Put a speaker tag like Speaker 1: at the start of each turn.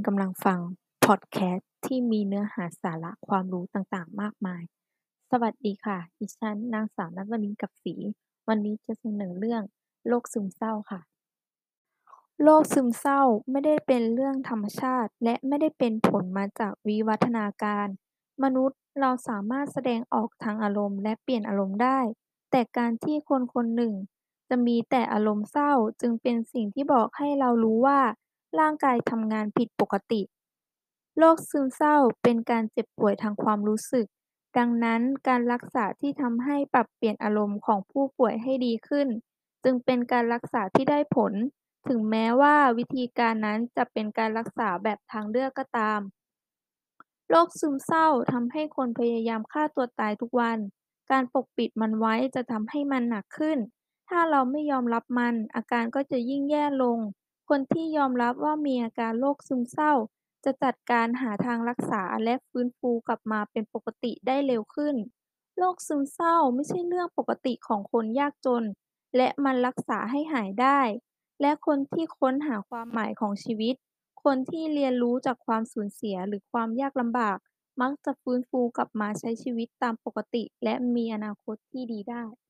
Speaker 1: กำลังฟังพอดแคสต์ที่มีเนื้อหาสาระความรู้ต่างๆมากมาย สวัสดีค่ะ ดิฉันนางสาวณวลิน กลับศรี วันนี้จะเสนอเรื่องโรคซึมเศร้าค่ะ โรคซึมเศร้าไม่ได้เป็นเรื่องธรรมชาติและไม่ได้เป็นผลมาจากวิวัฒนาการ มนุษย์เราสามารถแสดงออกทางอารมณ์และเปลี่ยนอารมณ์ได้ แต่การที่คนคนหนึ่งจะมีแต่อารมณ์เศร้าจึงเป็นสิ่งที่บอกให้เรารู้ว่าร่างกายทำงานผิดปกติ โรคซึมเศร้าเป็นการเจ็บป่วยทางความรู้สึก ดังนั้นการรักษาที่ทำให้ปรับเปลี่ยนอารมณ์ของผู้ป่วยให้ดีขึ้นจึงเป็นการรักษาที่ได้ผล ถึงแม้ว่าวิธีการนั้นจะเป็นการรักษาแบบทางเลือกก็ตาม โรคซึมเศร้าทำให้คนพยายามฆ่าตัวตายทุกวัน การปกปิดมันไว้จะทำให้มันหนักขึ้น ถ้าเราไม่ยอมรับมันอาการก็จะยิ่งแย่ลง คนที่ยอมรับว่ามีอาการโรคซึมเศร้าจะจัดการหาทางรักษาและฟื้นฟูกลับมาเป็นปกติได้เร็วขึ้น โรคซึมเศร้าไม่ใช่เรื่องปกติของคนยากจน และมันรักษาให้หายได้ และคนที่ค้นหาความหมายของชีวิต คนที่เรียนรู้จากความสูญเสียหรือความยากลำบากมักจะฟื้นฟูกลับมาใช้ชีวิตตามปกติและมีอนาคตที่ดีได้